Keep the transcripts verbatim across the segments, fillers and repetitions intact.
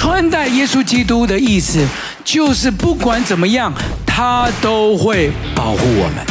穿戴耶稣基督的意思，就是不管怎么样，他都会保护我们。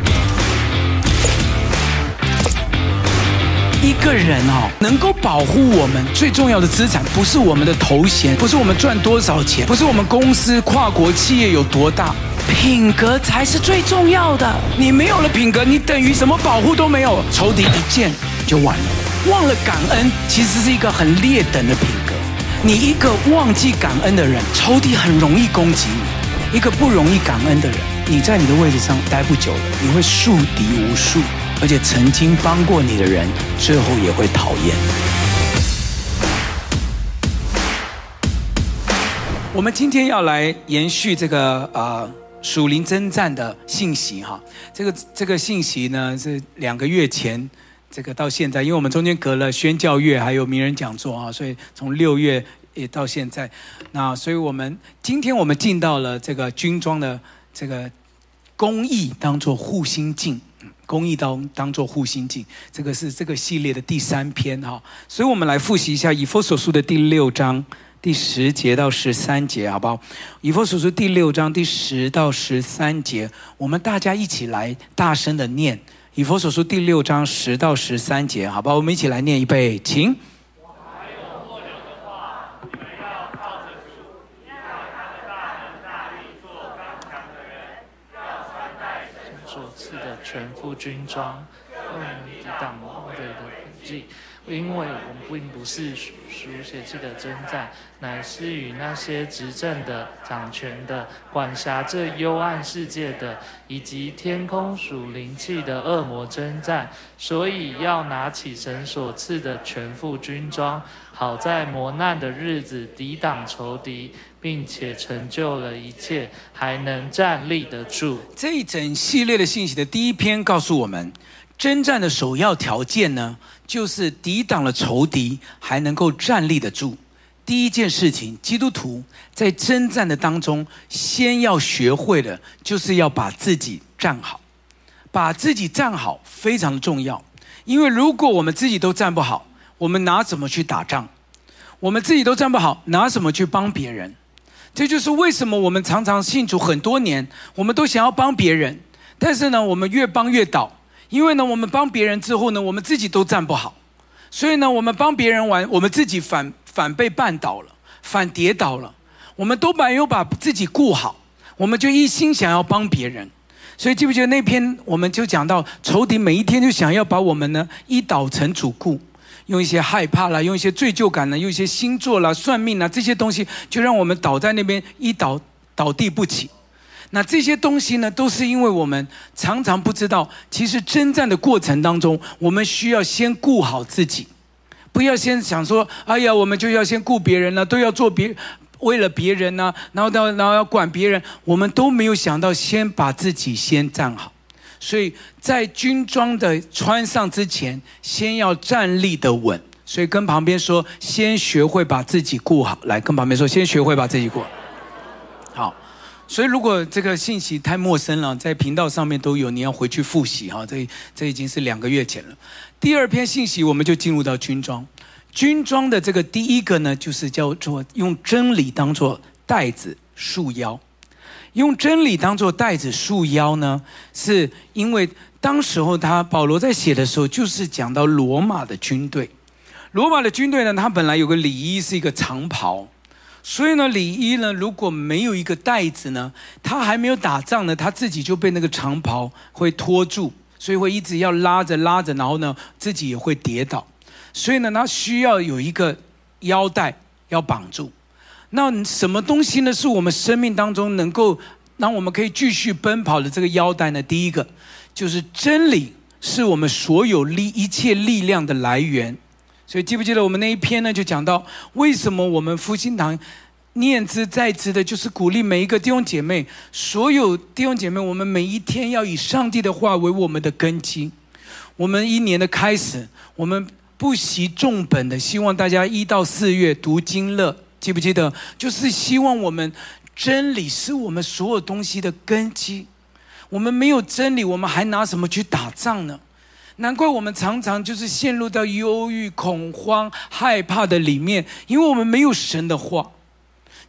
一个人哦，能够保护我们最重要的资产，不是我们的头衔，不是我们赚多少钱，不是我们公司跨国企业有多大，品格才是最重要的。你没有了品格，你等于什么保护都没有，仇敌一见就完了。忘了感恩，其实是一个很劣等的品格。你一个忘记感恩的人，仇敌很容易攻击你；一个不容易感恩的人，你在你的位置上待不久了，你会树敌无数。而且曾经帮过你的人，最后也会讨厌。我们今天要来延续这个呃属灵征战的信息哈，这个这个信息呢是两个月前这个到现在，因为我们中间隔了宣教月还有名人讲座啊，所以从六月也到现在，那所以我们今天我们进到了这个军装的这个公义当作护心镜。公义当当作护心镜，这个是这个系列的第三篇哈，所以我们来复习一下以弗所书的第六章第十节到十三节，好不好？以弗所书第六章第十到十三节，我们大家一起来大声的念以弗所书第六章十到十三节，好不好？我们一起来念一备，请。 全副军装，为能抵挡魔鬼的诡计。因为我们并不是属血气的征战，乃是与那些执政的、掌权的、管辖这幽暗世界的，以及天空属灵气的恶魔征战。所以要拿起神所赐的全副军装，好在磨难的日子抵挡仇敌，并且成就了一切，还能站立得住。 这一整系列的信息的第一篇告诉我们，征战的首要条件呢，就是抵挡了仇敌，还能够站立得住。第一件事情，基督徒在征战的当中，先要学会的，就是要把自己站好。把自己站好非常的重要，因为如果我们自己都站不好，我们拿什么去打仗？我们自己都站不好，拿什么去帮别人？这就是为什么我们常常信主很多年，我们都想要帮别人，但是呢，我们越帮越倒。因为呢，我们帮别人之后呢，我们自己都站不好，所以呢，我们帮别人完，我们自己反反被绊倒了，反跌倒了。我们都没有把自己顾好，我们就一心想要帮别人。所以记不记得那篇我们就讲到，仇敌每一天就想要把我们呢一倒成主顾，用一些害怕啦，用一些罪疚感啦，用一些星座啦、算命啦这些东西，就让我们倒在那边一倒倒地不起。那这些东西呢，都是因为我们常常不知道，其实征战的过程当中，我们需要先顾好自己，不要先想说，哎呀，我们就要先顾别人了，都要做别为了别人呢、啊，然后然后要管别人，我们都没有想到先把自己先站好。所以在军装的穿上之前，先要站立的稳。所以跟旁边说，先学会把自己顾好。来，跟旁边说，先学会把自己顾好。好。所以如果这个信息太陌生了，在频道上面都有，你要回去复习哈。这这已经是两个月前了。第二篇信息我们就进入到军装。军装的这个第一个呢，就是叫做用真理当作带子束腰。用真理当作带子束腰呢，是因为当时候他保罗在写的时候，就是讲到罗马的军队。罗马的军队呢，他本来有个礼衣是一个长袍。所以呢，礼衣呢，如果没有一个带子呢，他还没有打仗呢，他自己就被那个长袍会拖住，所以会一直要拉着拉着，然后呢，自己也会跌倒。所以呢，他需要有一个腰带要绑住。那什么东西呢，是我们生命当中能够让我们可以继续奔跑的这个腰带呢？第一个就是真理，是我们所有力一切力量的来源。所以记不记得我们那一篇呢，就讲到为什么我们复兴堂念之在之的，就是鼓励每一个弟兄姐妹，所有弟兄姐妹，我们每一天要以上帝的话为我们的根基。我们一年的开始，我们不惜重本的，希望大家一到四月读经乐，记不记得？就是希望我们真理是我们所有东西的根基。我们没有真理，我们还拿什么去打仗呢？难怪我们常常就是陷入到忧郁、恐慌、害怕的里面，因为我们没有神的话。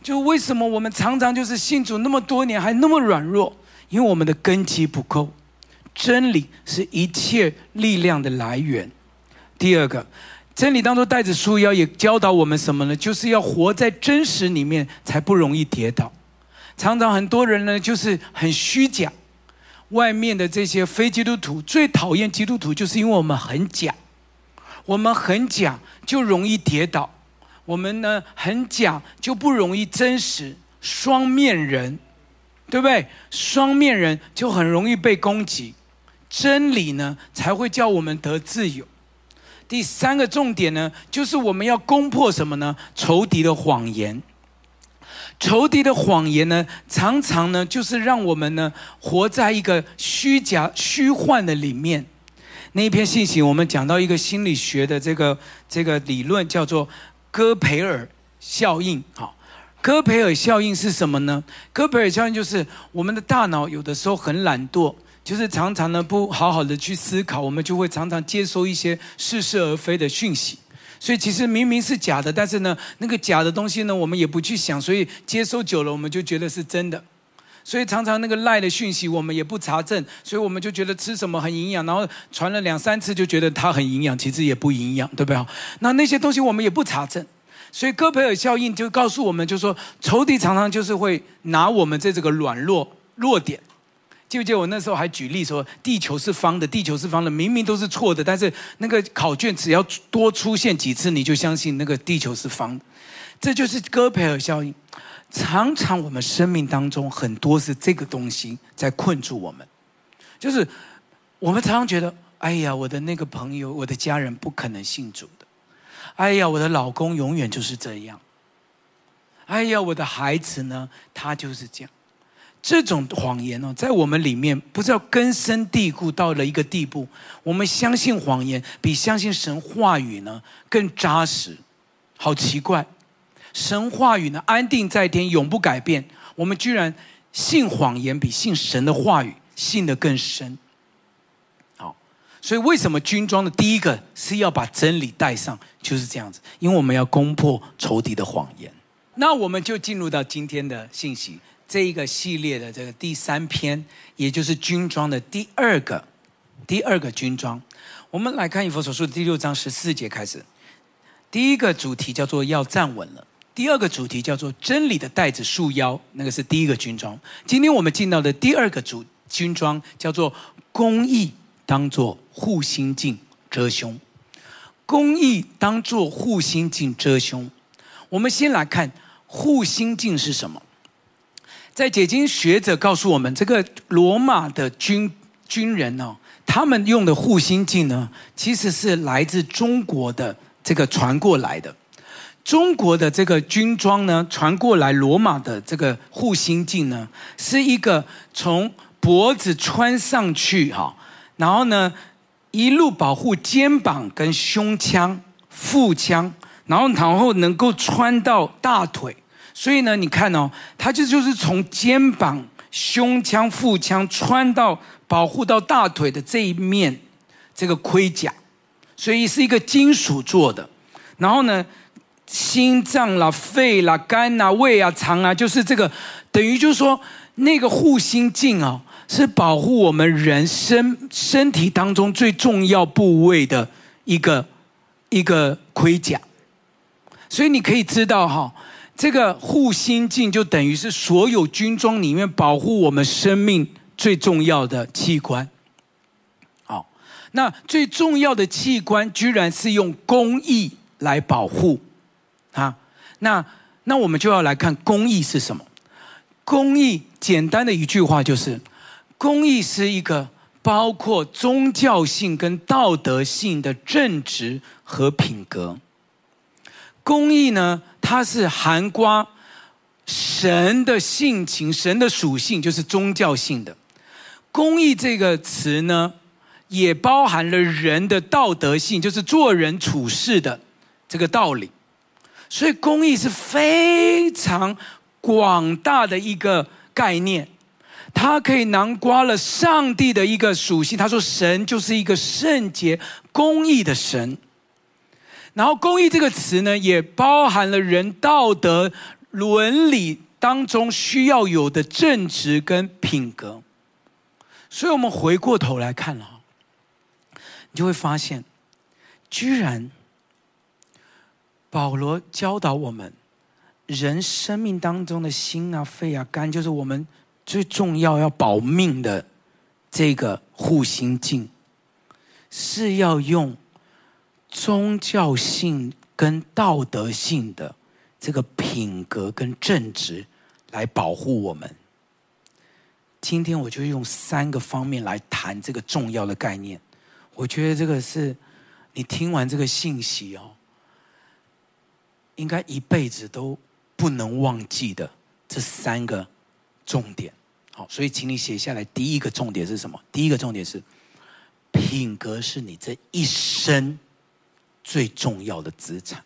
就为什么我们常常就是信主那么多年还那么软弱？因为我们的根基不够。真理是一切力量的来源。第二个，真理当作带子束腰，也教导我们什么呢？就是要活在真实里面，才不容易跌倒。常常很多人呢，就是很虚假。外面的这些非基督徒最讨厌基督徒，就是因为我们很假，我们很假就容易跌倒，我们呢很假就不容易真实。双面人，对不对？双面人就很容易被攻击。真理呢才会叫我们得自由。第三个重点呢，就是我们要攻破什么呢？仇敌的谎言。仇敌的谎言呢，常常呢，就是让我们呢，活在一个虚假、虚幻的里面。那一篇信息，我们讲到一个心理学的这个这个理论，叫做戈培尔效应。好，戈培尔效应是什么呢？戈培尔效应就是我们的大脑有的时候很懒惰，就是常常呢不好好的去思考，我们就会常常接收一些似是而非的讯息。所以其实明明是假的，但是呢，那个假的东西呢，我们也不去想，所以接收久了，我们就觉得是真的。所以常常那个赖的讯息，我们也不查证，所以我们就觉得吃什么很营养，然后传了两三次就觉得它很营养，其实也不营养，对不对？那那些东西我们也不查证，所以戈培尔效应就告诉我们，就说仇敌常常就是会拿我们这这个软弱弱点。记不记得我那时候还举例说，地球是方的，地球是方的，明明都是错的，但是那个考卷只要多出现几次，你就相信那个地球是方的。这就是戈培尔效应。常常我们生命当中很多是这个东西在困住我们，就是我们常常觉得，哎呀，我的那个朋友，我的家人不可能信主的，哎呀，我的老公永远就是这样，哎呀，我的孩子呢，他就是这样。这种谎言哦，在我们里面不知道根深蒂固到了一个地步，我们相信谎言比相信神话语呢更扎实。好奇怪，神话语呢安定在天，永不改变，我们居然信谎言比信神的话语信得更深。好，所以为什么军装的第一个是要把真理带上，就是这样子，因为我们要攻破仇敌的谎言。那我们就进入到今天的信息。这一个系列的这个第三篇，也就是军装的第二个第二个军装。我们来看以弗所书第六章十四节开始。第一个主题叫做要站稳了，第二个主题叫做真理的带子束腰，那个是第一个军装。今天我们进到的第二个主军装叫做公义当作护心镜遮胸。公义当作护心镜遮胸。我们先来看护心镜是什么。在解经学者告诉我们，这个罗马的军军人哦，他们用的护心镜呢，其实是来自中国的这个传过来的。中国的这个军装呢，传过来罗马的这个护心镜呢，是一个从脖子穿上去哈，然后呢一路保护肩膀跟胸腔、腹腔，然后然后能够穿到大腿。所以呢，你看哦，它就就是从肩膀、胸腔、腹腔穿到保护到大腿的这一面，这个盔甲，所以是一个金属做的。然后呢，心脏啦、肺啦、肝啦、胃啊、肠啊，就是这个，等于就是说那个护心镜哦，是保护我们人身身体当中最重要部位的一个一个盔甲。所以你可以知道哈、哦。这个护心镜就等于是所有军装里面保护我们生命最重要的器官。好，那最重要的器官居然是用公义来保护啊！那那我们就要来看公义是什么。公义简单的一句话就是，公义是一个包括宗教性跟道德性的正直和品格。公义呢，它是涵括神的性情、神的属性，就是宗教性的。公义这个词呢，也包含了人的道德性，就是做人处事的这个道理。所以公义是非常广大的一个概念，它可以囊括了上帝的一个属性。他说神就是一个圣洁公义的神。然后公义这个词呢，也包含了人道德伦理当中需要有的正直跟品格。所以我们回过头来看了，你就会发现，居然保罗教导我们，人生命当中的心啊、肺啊、肝，就是我们最重要要保命的这个护心镜，是要用宗教性跟道德性的这个品格跟正直来保护我们。今天我就用三个方面来谈这个重要的概念。我觉得这个是你听完这个信息哦，应该一辈子都不能忘记的这三个重点。好，所以请你写下来。第一个重点是什么？第一个重点是品格是你这一生最重要的资产。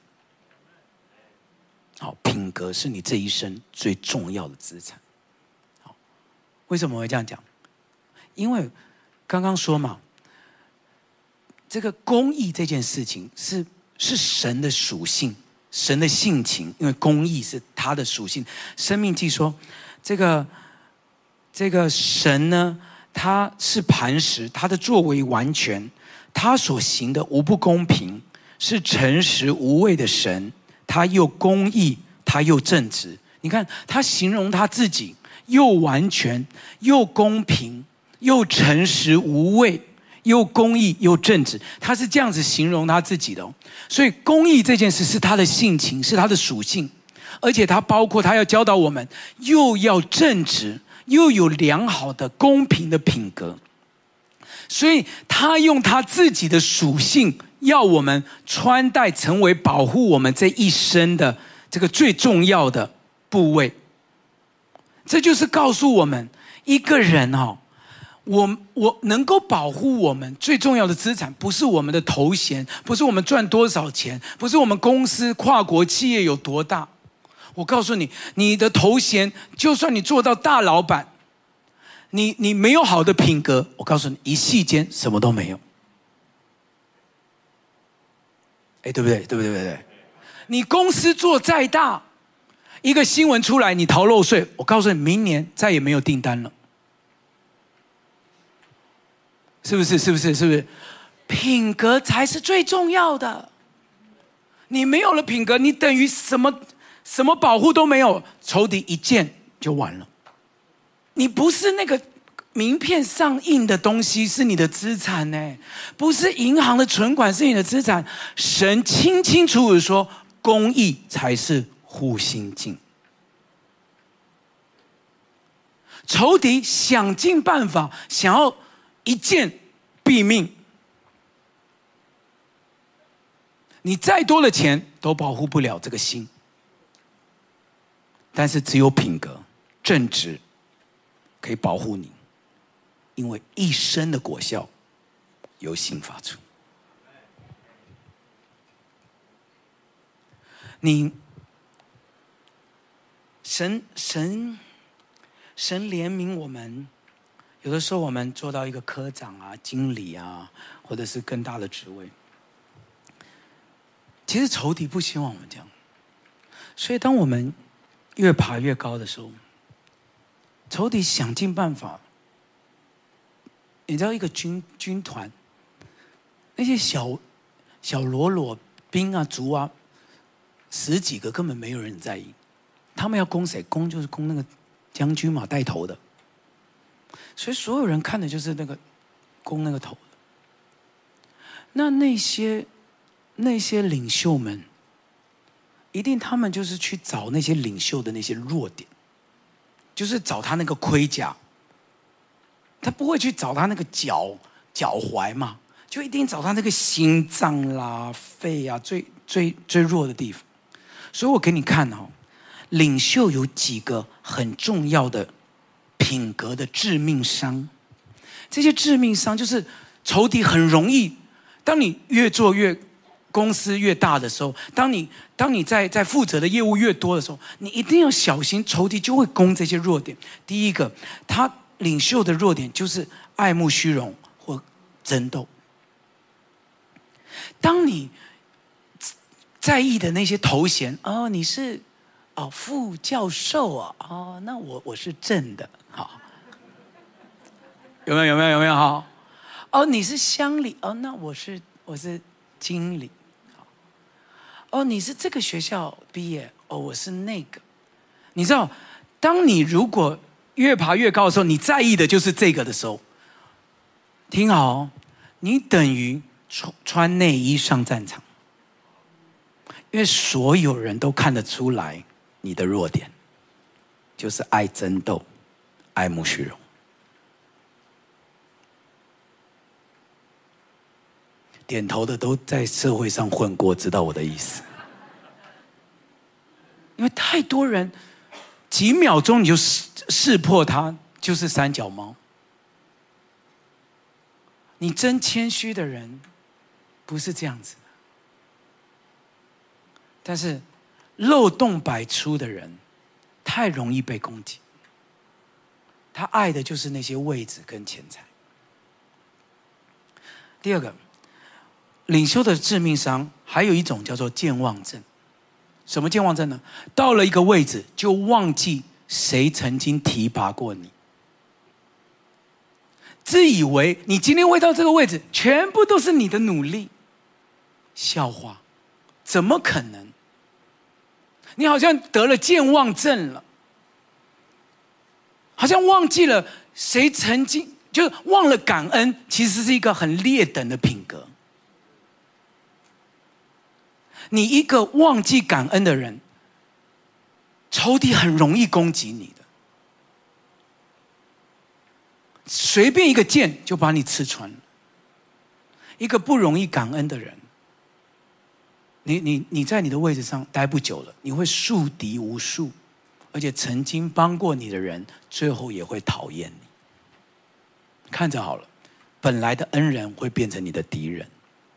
好，品格是你这一生最重要的资产。好，为什么我会这样讲？因为刚刚说嘛，这个公义这件事情是是神的属性，神的性情，因为公义是他的属性。生命记说，这个这个神呢，他是磐石，他的作为完全，他所行的无不公平，是诚实无畏的神，他又公义，他又正直。你看他形容他自己又完全又公平又诚实无畏又公义又正直，他是这样子形容他自己的哦。所以公义这件事是他的性情，是他的属性，而且他包括他要教导我们又要正直又有良好的公平的品格。所以他用他自己的属性要我们穿戴成为保护我们这一生的这个最重要的部位。这就是告诉我们一个人哦，我我能够保护我们最重要的资产，不是我们的头衔，不是我们赚多少钱，不是我们公司跨国企业有多大。我告诉你，你的头衔，就算你做到大老板，你你没有好的品格，我告诉你，一夕间什么都没有。哎，对不对？对不对？对不对？你公司做再大，一个新闻出来，你逃漏税，我告诉你，明年再也没有订单了。是不是？是不是？是不是？品格才是最重要的。你没有了品格，你等于什么什么保护都没有，仇敌一见就完了。你不是那个名片上印的东西是你的资产呢，不是银行的存款是你的资产。神清清楚楚说，公义才是护心镜。仇敌想尽办法想要一箭毙命，你再多的钱都保护不了这个心，但是只有品格正直可以保护你，因为一生的果效由心发出。你神神神怜悯我们，有的时候我们做到一个科长啊、经理啊，或者是更大的职位，其实仇敌不希望我们这样。所以当我们越爬越高的时候，仇敌想尽办法。你知道一个军军团，那些小小喽啰兵啊、卒啊，十几个根本没有人在意。他们要攻谁？攻就是攻那个将军嘛，带头的。所以所有人看的就是那个攻那个头的。那那些那些领袖们，一定他们就是去找那些领袖的那些弱点，就是找他那个盔甲。他不会去找他那个脚脚踝嘛，就一定找他那个心脏啦、肺啊最最最弱的地方。所以我给你看哦，领袖有几个很重要的品格的致命伤。这些致命伤就是仇敌很容易，当你越做越公司越大的时候，当你当你在在负责的业务越多的时候，你一定要小心，仇敌就会攻这些弱点。第一个，他领袖的弱点就是爱慕虚荣或争斗。当你在意的那些头衔，哦，你是哦，副教授啊，哦，那我我是正的，好，有没有有没有有没有哈？哦，你是乡里，哦，那我是我是经理，哦，你是这个学校毕业，哦，我是那个，你知道，当你如果越爬越高的时候，你在意的就是这个的时候，听好哦，你等于穿穿内衣上战场，因为所有人都看得出来你的弱点，就是爱争斗，爱慕虚荣。点头的都在社会上混过，知道我的意思。因为太多人，几秒钟你就识识破他，就是三脚猫。你真谦虚的人，不是这样子的。但是漏洞百出的人，太容易被攻击。他爱的就是那些位置跟钱财。第二个。领袖的致命伤还有一种叫做健忘症。什么健忘症呢？到了一个位置就忘记谁曾经提拔过你，自以为你今天会到这个位置全部都是你的努力。笑话，怎么可能？你好像得了健忘症了，好像忘记了谁曾经，就忘了感恩，其实是一个很劣等的品格。你一个忘记感恩的人，仇敌很容易攻击你的，随便一个箭就把你刺穿了。一个不容易感恩的人，你你你在你的位置上待不久了，你会树敌无数，而且曾经帮过你的人，最后也会讨厌你。看着好了，本来的恩人会变成你的敌人。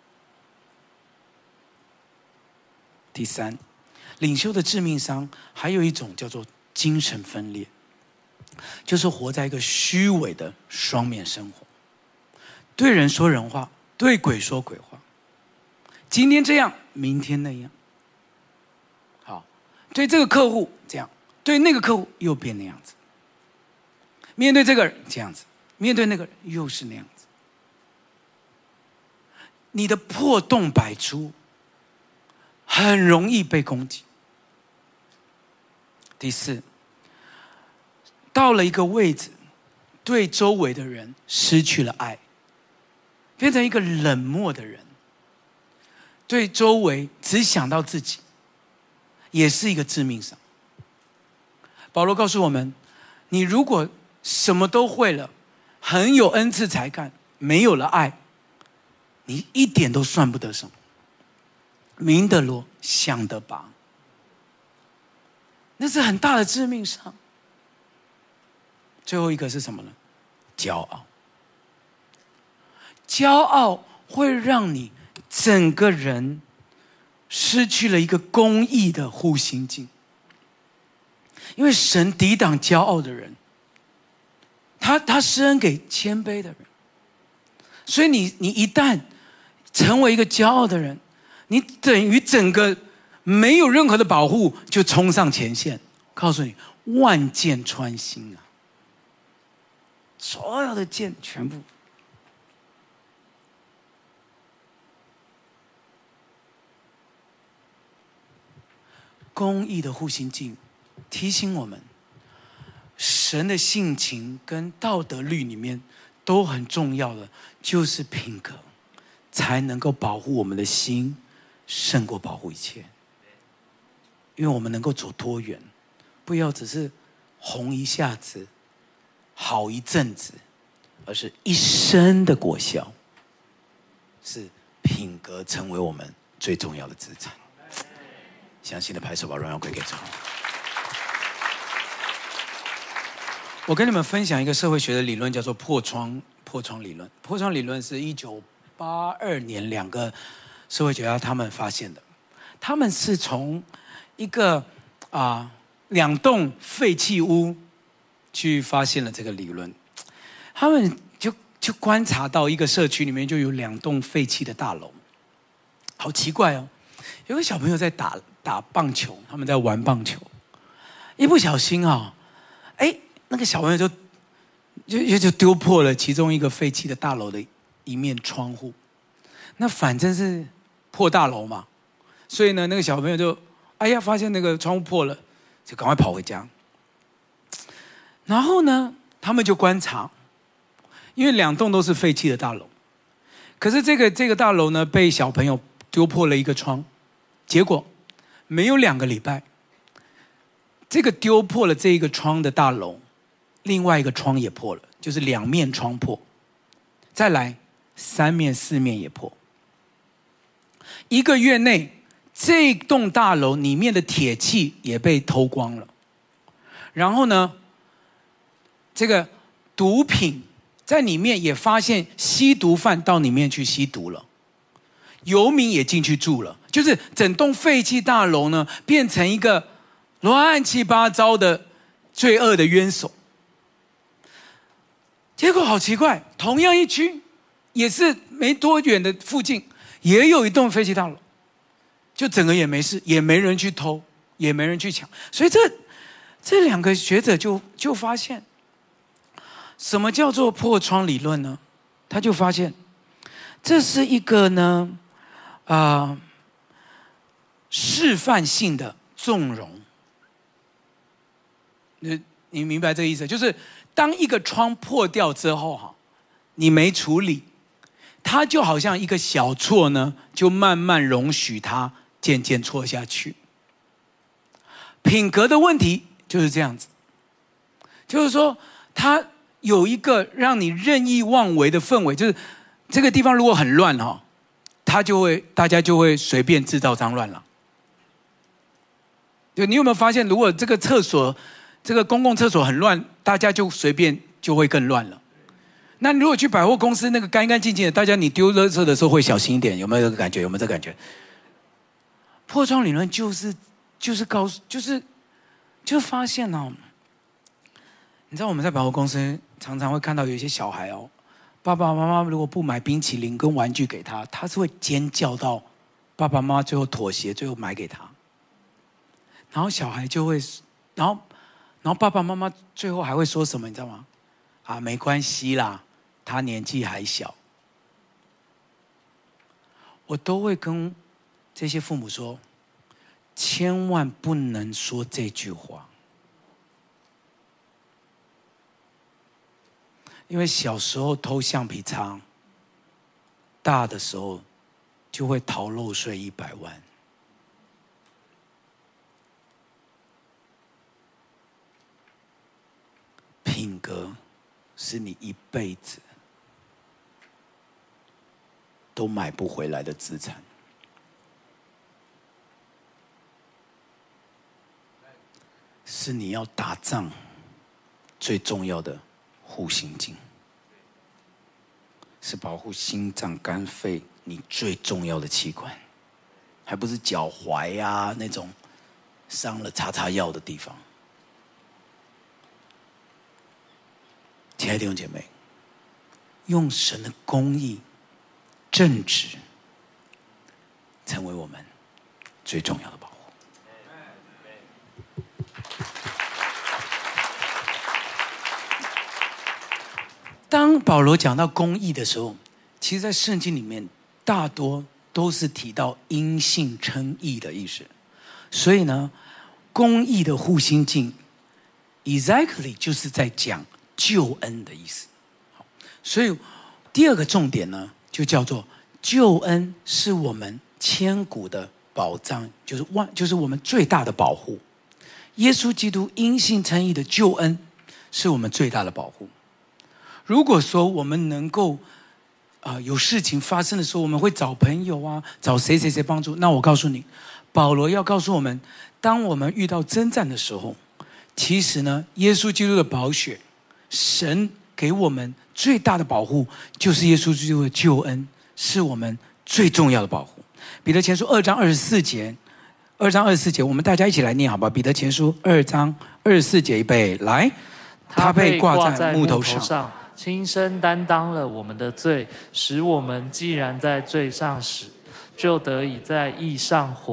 第三，领袖的致命伤还有一种叫做精神分裂，就是活在一个虚伪的双面生活，对人说人话，对鬼说鬼话，今天这样，明天那样。好，对这个客户这样，对那个客户又变那样子，面对这个人这样子，面对那个人又是那样子，你的破洞百出，很容易被攻击。第四，到了一个位置，对周围的人失去了爱，变成一个冷漠的人，对周围只想到自己，也是一个致命伤。保罗告诉我们，你如果什么都会了，很有恩赐才干，没有了爱，你一点都算不得什么。明得罗，想得拔，那是很大的致命伤。最后一个是什么呢？骄傲。骄傲会让你整个人失去了一个公义的护心镜，因为神抵挡骄傲的人，他他施恩给谦卑的人，所以你你一旦成为一个骄傲的人，你等于整个没有任何的保护就冲上前线，告诉你万箭穿心啊，所有的箭全部。公义的护心镜提醒我们，神的性情跟道德律里面都很重要的就是品格，才能够保护我们的心胜过保护一切。因为我们能够走多远，不要只是红一下子，好一阵子，而是一生的果效，是品格成为我们最重要的资产。相信的拍手，把荣耀归给主。我跟你们分享一个社会学的理论，叫做破窗破窗理论。破窗理论是一九八二年两个社会学家他们发现的。他们是从一个啊、呃、两栋废弃屋去发现了这个理论。他们就就观察到一个社区里面就有两栋废弃的大楼，好奇怪哦。有个小朋友在打打棒球，他们在玩棒球， 一不小心啊、哦，哎，那个小朋友就就就丢破了其中一个废弃的大楼的一面窗户。那反正是破大楼嘛，所以呢，那个小朋友就哎呀，发现那个窗户破了，就赶快跑回家。然后呢，他们就观察，因为两栋都是废弃的大楼，可是这个这个大楼呢，被小朋友丢破了一个窗，结果没有两个礼拜，这个丢破了这一个窗的大楼，另外一个窗也破了，就是两面窗破，再来三面四面也破。一个月内，这栋大楼里面的铁器也被偷光了。然后呢，这个毒品在里面也发现吸毒犯到里面去吸毒了，游民也进去住了，就是整栋废弃大楼呢，变成一个乱七八糟的罪恶的冤首。结果好奇怪，同样一区，也是没多远的附近，也有一栋废弃大楼，就整个也没事，也没人去偷，也没人去抢。所以这这两个学者就就发现，什么叫做破窗理论呢？他就发现，这是一个呢，啊、呃，示范性的纵容。你你明白这个意思？就是当一个窗破掉之后，哈，你没处理，它就好像一个小错呢，就慢慢容许它渐渐错下去。品格的问题就是这样子，就是说，它有一个让你任意妄为的氛围，就是这个地方如果很乱哈，它就会大家就会随便制造脏乱了。就你有没有发现，如果这个厕所，这个公共厕所很乱，大家就随便就会更乱了。那如果去百货公司，那个干干净净的，大家你丢垃圾的时候会小心一点，有没有这个感觉？有没有这个感觉？破窗理论就是就是告诉就是就发现哦，你知道我们在百货公司常常会看到有一些小孩哦，爸爸妈妈如果不买冰淇淋跟玩具给他，他是会尖叫到爸爸妈妈最后妥协，最后买给他，然后小孩就会，然后然后爸爸妈妈最后还会说什么，你知道吗？啊，没关系啦，他年纪还小。我都会跟这些父母说，千万不能说这句话，因为小时候偷橡皮擦，大的时候就会逃漏税一百万。品格是你一辈子都买不回来的资产。是你要打仗最重要的护心镜，是保护心脏、肝、肺你最重要的器官，还不是脚踝啊那种伤了擦擦药的地方。亲爱的弟兄姐妹，用神的公义、正直，成为我们最重要的保护。当保罗讲到公义的时候，其实在圣经里面大多都是提到因信称义的意思。所以呢，公义的护心镜 exactly 就是在讲救恩的意思。所以第二个重点呢，就叫做救恩是我们千古的保障，就是万，就是我们最大的保护。耶稣基督因信称义的救恩是我们最大的保护。如果说我们能够啊、呃、有事情发生的时候，我们会找朋友啊，找谁谁谁帮助，那我告诉你，保罗要告诉我们，当我们遇到征战的时候，其实呢，耶稣基督的宝血，神给我们最大的保护，就是耶稣基督的救恩，是我们最重要的保护。彼得前书二章二十四节，二章二十四节，我们大家一起来念好吧？彼得前书二章二十四节，预备来。 他被挂在木头上，亲身担当了我们的罪，使我们既然在罪上死，就得以在义上活。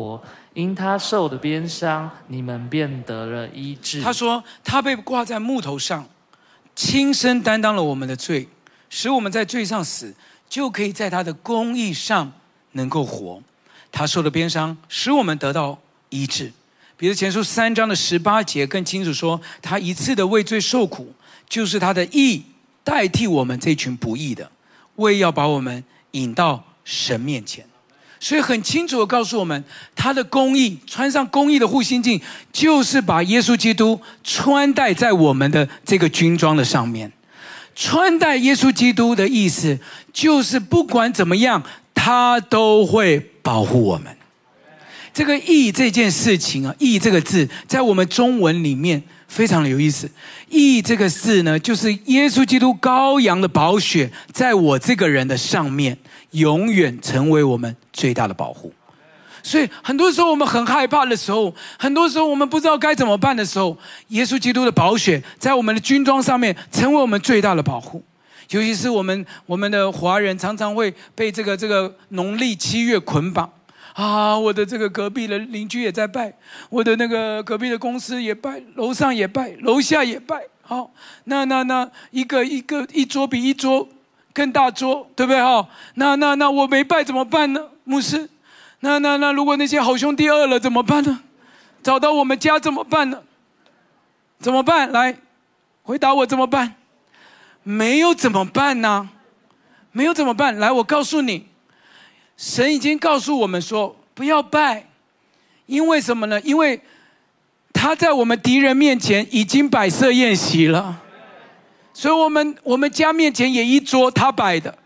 因他受的鞭伤，你们便得了医治。 他说，他被挂在木头上，亲身担当了我们的罪，使我们在罪上死，就可以在他的公义上能够活。他受的鞭伤，使我们得到医治。彼得前书三章的十八节更清楚说，他一次的为罪受苦，就是他的义代替我们这群不义的，为要把我们引到神面前。所以很清楚的告诉我们，他的公义，穿上公义的护心镜，就是把耶稣基督穿戴在我们的这个军装的上面。穿戴耶稣基督的意思，就是不管怎么样，他都会保护我们。这个义这件事情啊，义这个字在我们中文里面非常的有意思。义这个字呢，就是耶稣基督羔羊的宝血在我这个人的上面，永远成为我们最大的保护。所以很多时候我们很害怕的时候，很多时候我们不知道该怎么办的时候，耶稣基督的宝血在我们的军装上面成为我们最大的保护。尤其是我们我们的华人常常会被这个这个农历七月捆绑啊，我的这个隔壁的邻居也在拜，我的那个隔壁的公司也拜，楼上也拜，楼下也拜。好，那那那一个一个一桌比一桌更大桌，对不对？哈，那那那我没拜怎么办呢？牧师，那那那如果那些好兄弟饿了怎么办呢？找到我们家怎么办呢？怎么办？来，回答我怎么办？没有怎么办呢？没有怎么办？来，我告诉你，神已经告诉我们说，不要拜，因为什么呢？因为他在我们敌人面前已经摆设宴席了，所以我们我们家面前也一桌他摆的，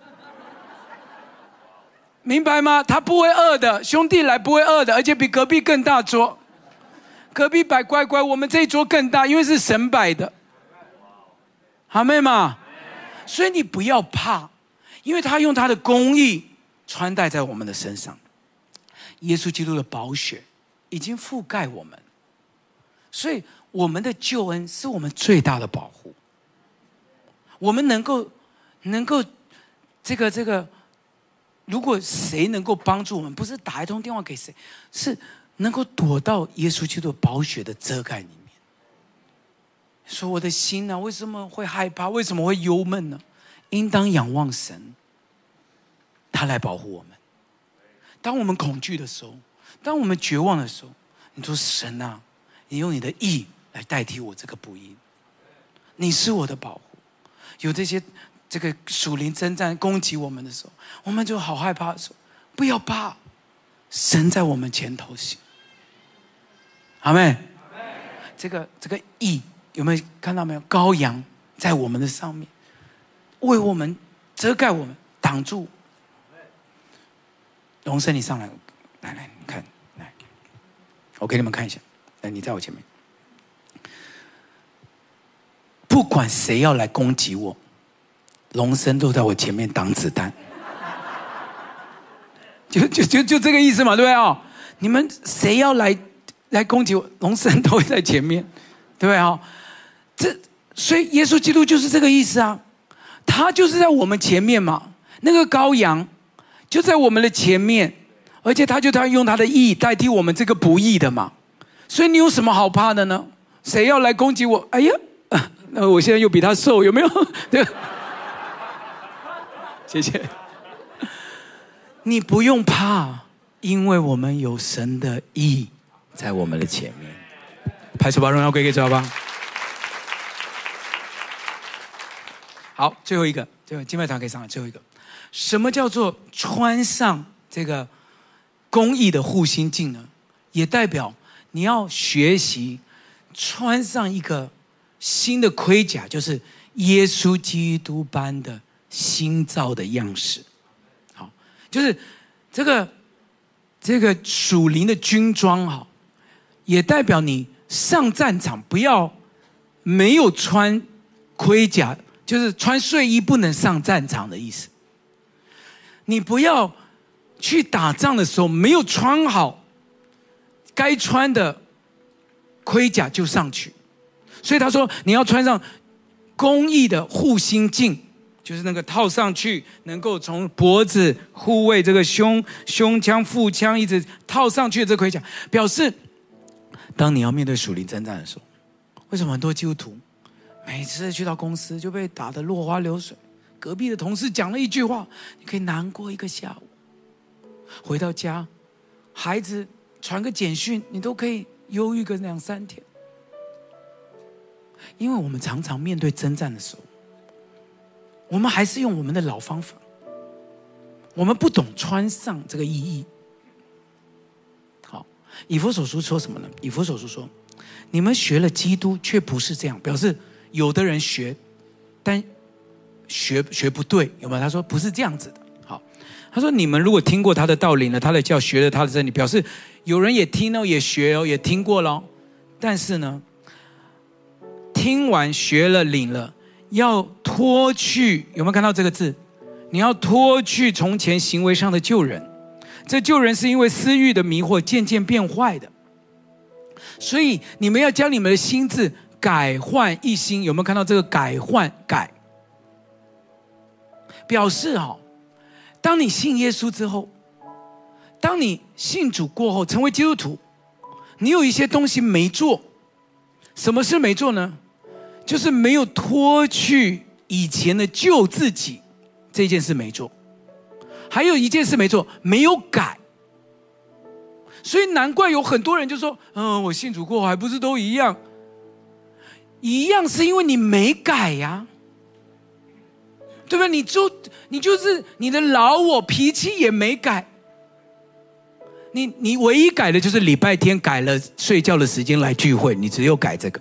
明白吗？他不会饿的，兄弟来不会饿的，而且比隔壁更大桌。隔壁摆乖乖，我们这一桌更大，因为是神摆的。阿妹嘛，所以你不要怕，因为他用他的公义穿戴在我们的身上。耶稣基督的宝血已经覆盖我们，所以我们的救恩是我们最大的保护。我们能够能够这个这个，如果谁能够帮助我们，不是打一通电话给谁，是能够躲到耶稣基督宝血的遮盖里面。说我的心啊，为什么会害怕？为什么会忧闷呢？应当仰望神，他来保护我们。当我们恐惧的时候，当我们绝望的时候，你说神啊，你用你的义来代替我这个不义，你是我的保护。有这些这个属灵征战攻击我们的时候，我们就好害怕的时候，不要怕，神在我们前头行。阿们。这个这个义有没有看到没有？羔羊在我们的上面，为我们遮盖我们，挡住。荣生，你上来，来来，你看，来，我给你们看一下。来，你在我前面。不管谁要来攻击我，荣生都在我前面挡子弹。就就就就这个意思嘛，对不对啊？你们谁要来来攻击我，荣生都会在前面，对不对啊？这所以耶稣基督就是这个意思啊，他就是在我们前面嘛，那个羔羊就在我们的前面，而且他就他用他的义代替我们这个不义的嘛，所以你有什么好怕的呢？谁要来攻击我？哎呀，那我现在又比他瘦，有没有？对，谢谢。你不用怕，因为我们有神的义在我们的前面。拍手把荣耀归给主，好吧？好，最后一个，这个敬拜团可以上来。最后一个，什么叫做穿上这个公义的护心镜呢？也代表你要学习穿上一个新的盔甲，就是耶稣基督般的新造的样式。好，就是这个这个属灵的军装，哈，也代表你上战场不要没有穿盔甲。就是穿睡衣不能上战场的意思。你不要去打仗的时候没有穿好该穿的盔甲就上去。所以他说你要穿上公义的护心镜， 就是那个套上去，能够从脖子护卫这个胸胸腔、腹腔，一直套上去的这盔甲，表示当你要面对属灵征战的时候，为什么很多基督徒每次去到公司就被打得落花流水？隔壁的同事讲了一句话，你可以难过一个下午；回到家，孩子传个简讯，你都可以忧郁个两三天。因为我们常常面对征战的时候，我们还是用我们的老方法，我们不懂穿上这个意义。好，以弗所书说什么呢？以弗所书说，你们学了基督，却不是这样，表示有的人学，但学学不对，有没有？他说不是这样子的。好，他说你们如果听过他的道，领了他的教，学了他的真理，表示有人也听哦，也学哦，也听过了，但是呢，听完学了领了，要脱去，有没有看到这个字？你要脱去从前行为上的旧人，这旧人是因为私欲的迷惑渐渐变坏的，所以你们要将你们的心志改换一新。有没有看到这个改换改？表示哦，当你信耶稣之后，当你信主过后成为基督徒，你有一些东西没做。什么是没做呢？就是没有脱去以前的旧自己，这件事没做。还有一件事没做，没有改。所以难怪有很多人就说，嗯，我信主过后还不是都一样。一样是因为你没改呀，对不对？你就你就是你的老我，脾气也没改。你你唯一改的就是礼拜天改了睡觉的时间来聚会，你只有改这个。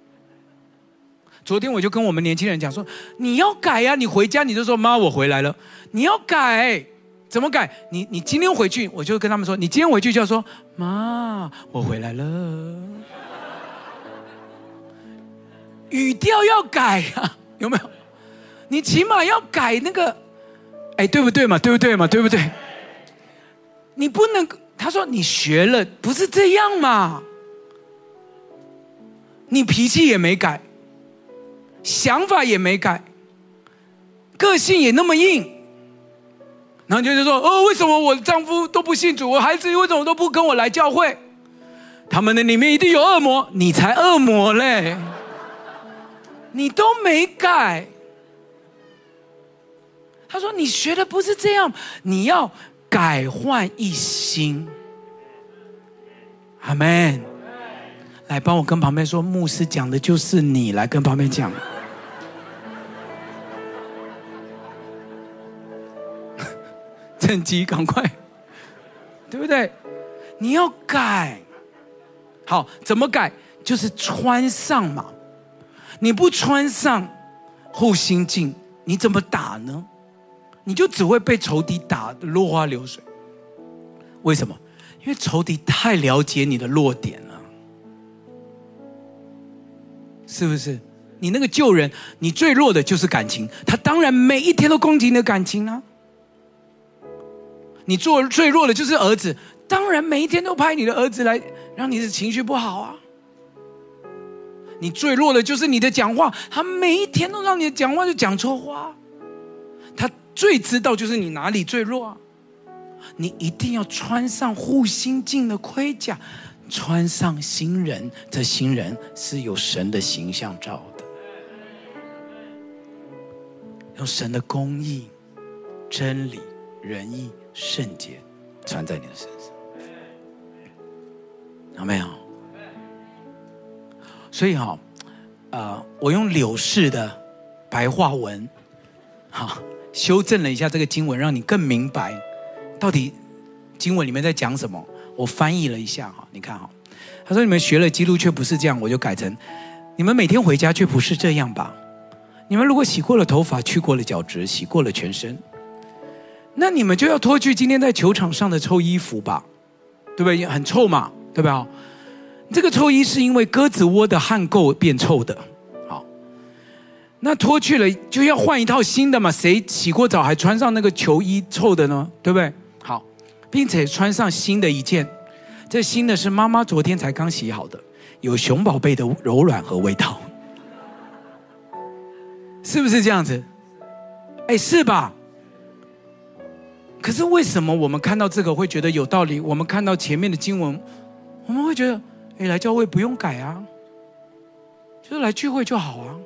昨天我就跟我们年轻人讲说，你要改呀、啊！你回家你就说妈，我回来了。你要改，怎么改？你你今天回去，我就跟他们说，你今天回去就要说妈，我回来了。语调要改呀、啊，有没有？你起码要改那个，哎，对不对嘛？对不对嘛？对不对？你不能，他说你学了不是这样嘛？你脾气也没改。想法也没改，个性也那么硬，然后就说哦，为什么我丈夫都不信主，我孩子为什么都不跟我来教会？他们的里面一定有恶魔，你才恶魔嘞！你都没改。他说你学的不是这样，你要改换一新。阿们。来帮我跟旁边说，牧师讲的就是你，来跟旁边讲。趁机赶快，对不对？你要改。好，怎么改？就是穿上嘛。你不穿上护心镜，你怎么打呢？你就只会被仇敌打得落花流水。为什么？因为仇敌太了解你的弱点了。是不是？你那个旧人，你最弱的就是感情，他当然每一天都攻击你的感情啊。你做最弱的就是儿子，当然每一天都派你的儿子来让你的情绪不好啊。你最弱的就是你的讲话，他每一天都让你的讲话就讲错话，他最知道就是你哪里最弱啊。你一定要穿上护心镜的盔甲，穿上新人，这新人是有神的形象照的，用神的公义、真理、仁义、圣洁穿在你的身上，有没有？所以哈、哦，呃，我用柳氏的白话文，哈，修正了一下这个经文，让你更明白到底经文里面在讲什么。我翻译了一下哈，你看哈，他说你们学了基督却不是这样，我就改成你们每天回家却不是这样吧？你们如果洗过了头发，去过了角质，洗过了全身，那你们就要脱去今天在球场上的臭衣服吧，对不对？很臭嘛，对吧？这个臭衣是因为鸽子窝的汗垢变臭的，好，那脱去了就要换一套新的嘛，谁洗过澡还穿上那个球衣臭的呢？对不对？好，并且穿上新的一件，这新的是妈妈昨天才刚洗好的，有熊宝贝的柔软和味道，是不是这样子？ 哎，是吧？可是为什么我们看到这个会觉得有道理？我们看到前面的经文，我们会觉得，哎，来教会不用改啊，就是来聚会就好啊。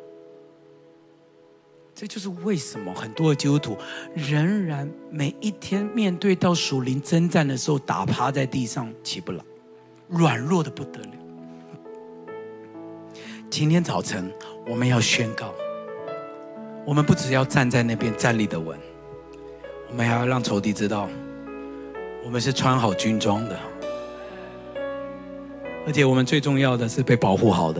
这就是为什么很多的基督徒仍然每一天面对到属灵征战的时候，打趴在地上起不来，软弱的不得了。今天早晨我们要宣告，我们不只要站在那边站立的稳，我们还要让仇敌知道，我们是穿好军装的，而且我们最重要的是被保护好的。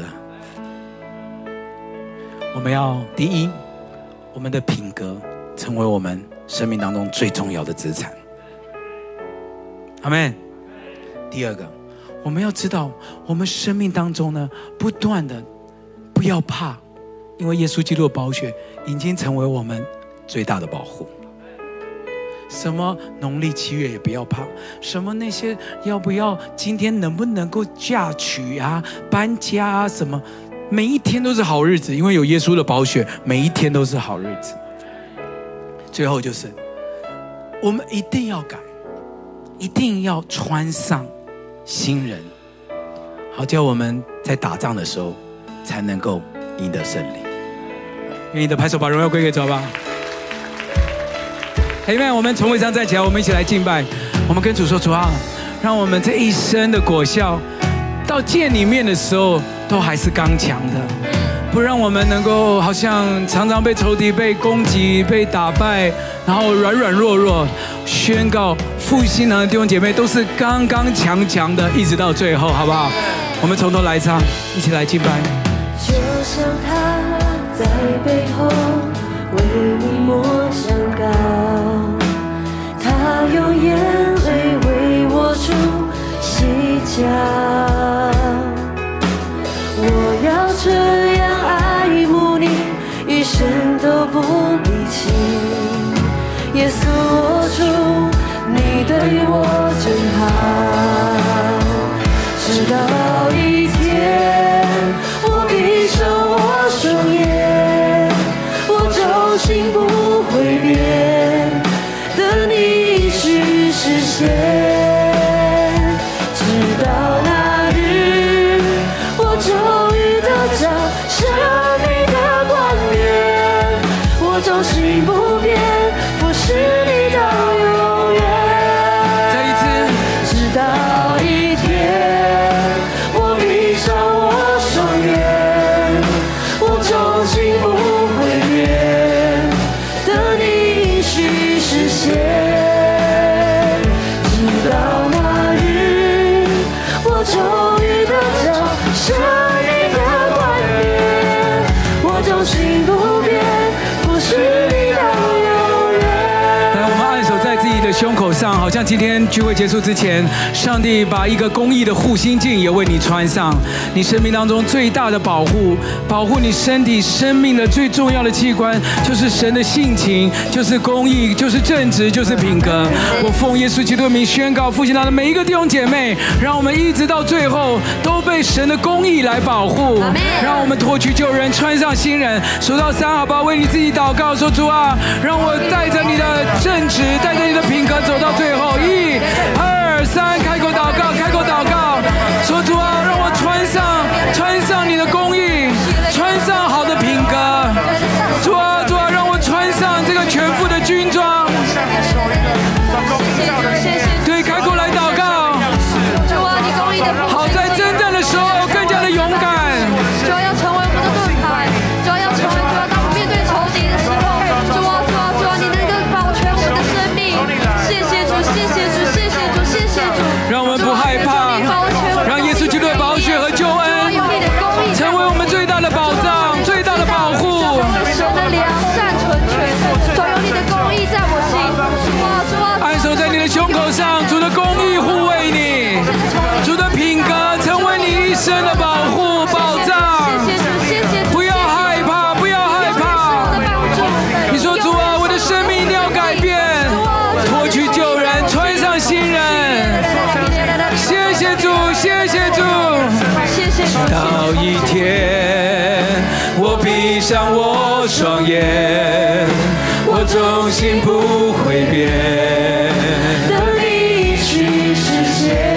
我们要第一，我们的品格成为我们生命当中最重要的资产。阿们。第二个，我们要知道，我们生命当中呢，不断的不要怕，因为耶稣基督的宝血已经成为我们最大的保护。什么农历七月也不要怕，什么那些要不要今天能不能够嫁娶啊、搬家啊什么，每一天都是好日子，因为有耶稣的宝血，每一天都是好日子。最后就是，我们一定要改，一定要穿上新人，好叫我们在打仗的时候才能够赢得胜利。愿意的拍手把荣耀归给主吧。Amen， 我们从位上站起来，我们一起来敬拜。我们跟主说，主啊，让我们这一生的果效，到见里面的时候，都还是刚强的，不让我们能够好像常常被仇敌、被攻击、被打败，然后软软弱弱。宣告复兴堂的弟兄姐妹都是刚刚强强的，一直到最后，好不好？我们从头来唱，一起来敬拜。 就像他在背后为你抹香膏，他用眼泪为我主洗脚。我要这样爱慕你，一生都不离弃。耶稣我主，你对我真好，直到一天我闭上我双眼，我忠心不会变，等你去实现。直到那日，我终于得着生命的冠冕，我忠心不变，服侍你到永远。 再一次， 直到一天我闭上我双眼，我忠心不会变，等你应许实现。直到那日，我终于得着生命的冠冕，我忠心不变，服侍你到永远。 来，我们按手在自己的胸口上，好像今天聚会结束之前，上帝把一个公义的护心镜也为你穿上。你生命当中最大的保护，保护你身体生命的最重要的器官，就是神的性情，就是公义，就是正直，就是品格。我奉耶稣基督的名宣告，复兴堂的每一个弟兄姐妹，让我们一直到最后都被神的公义来保护。让我们脱去旧人，穿上新人。数到三，好不好？为你自己祷告，说主啊，让我带着你的正直，带着你的品格走到最后。一、二、三，开口祷告，开口祷告，说主啊，让我穿上穿上你的公义，穿上好的品格。主啊，主啊，让我穿上这个全副的军装。对，开口来祷告。 主啊，你公义的好在征战的时候更加的勇敢。 主啊，要成为我们的盾牌，主啊，要成为主啊，当我们面对仇敌的时候，主啊，主啊，主啊，你能够保全我们的生命。谢谢主，谢谢主，谢谢主，谢谢主。 让我们不害怕，让耶稣基督的宝血和救恩成为我们最大的保障，最大的保护。 神的良善纯全，主有你的公义在我心。主啊，主啊， 按手在你的胸口上，主的公义护卫你，主的品格成为你一生的保护保障。 谢谢主，谢谢主。 不要害怕，不要害怕。你说主啊，我的生命一定要改变，脱去旧人，穿上新人。谢谢主，谢谢主。 谢谢主。 到一天我闭上我双眼，我忠心不会变， 等你去实现，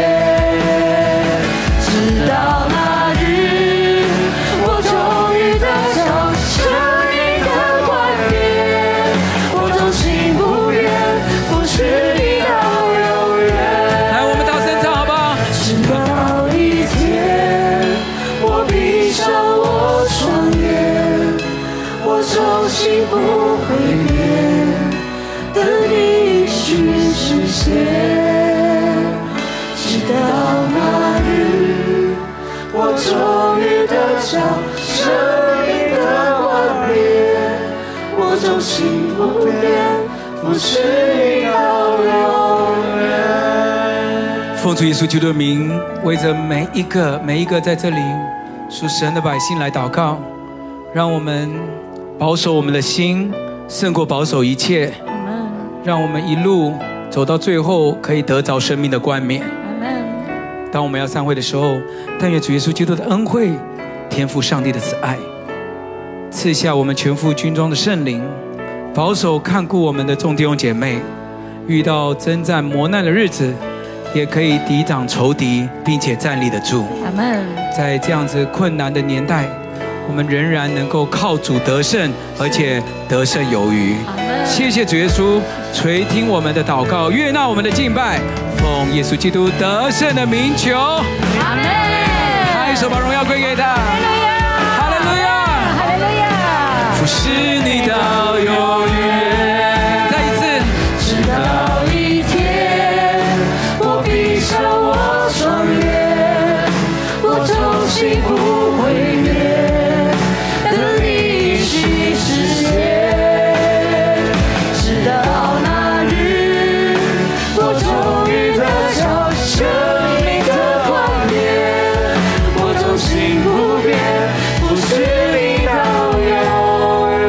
直到那日，我终于得着生命的冠冕，我忠心不变，服侍你到永远。 来，我们大声唱好不好？ 直到一天，我闭上我双眼，我忠心不会变，等你去实现，直到那日，我终于得着生命的冠冕，我忠心不变，服侍你到永远。 奉主耶稣基督的名，为着每一个每一个在这里属神的百姓来祷告，让我们保守我们的心，胜过保守一切。让我们一路走到最后，可以得着生命的冠冕。当我们要散会的时候，但愿主耶稣基督的恩惠、天父上帝的慈爱，赐下我们全副军装的圣灵，保守看顾我们的众弟兄姐妹，遇到征战磨难的日子，也可以抵挡仇敌，并且站立得住。 阿们。 在这样子困难的年代，我们仍然能够靠主得胜，而且得胜有余。谢谢主耶稣垂听我们的祷告，悦纳我们的敬拜，奉耶稣基督得胜的名求。 阿门。 拍手把荣耀归给他。哈利路亚， 哈利路亚， 服侍你到永远。再一次， 直到一天，我闭上我双眼，我忠心不会变，等你去实现，直到那日，我终于得着生命的冠冕，我忠心不变，服侍你到永远。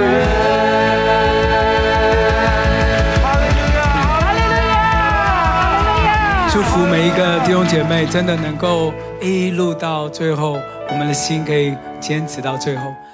哈利路亚，哈利路亚，哈利路亚。 祝福每一个弟兄姐妹，真的能够一路到最后，我们的心可以坚持到最后。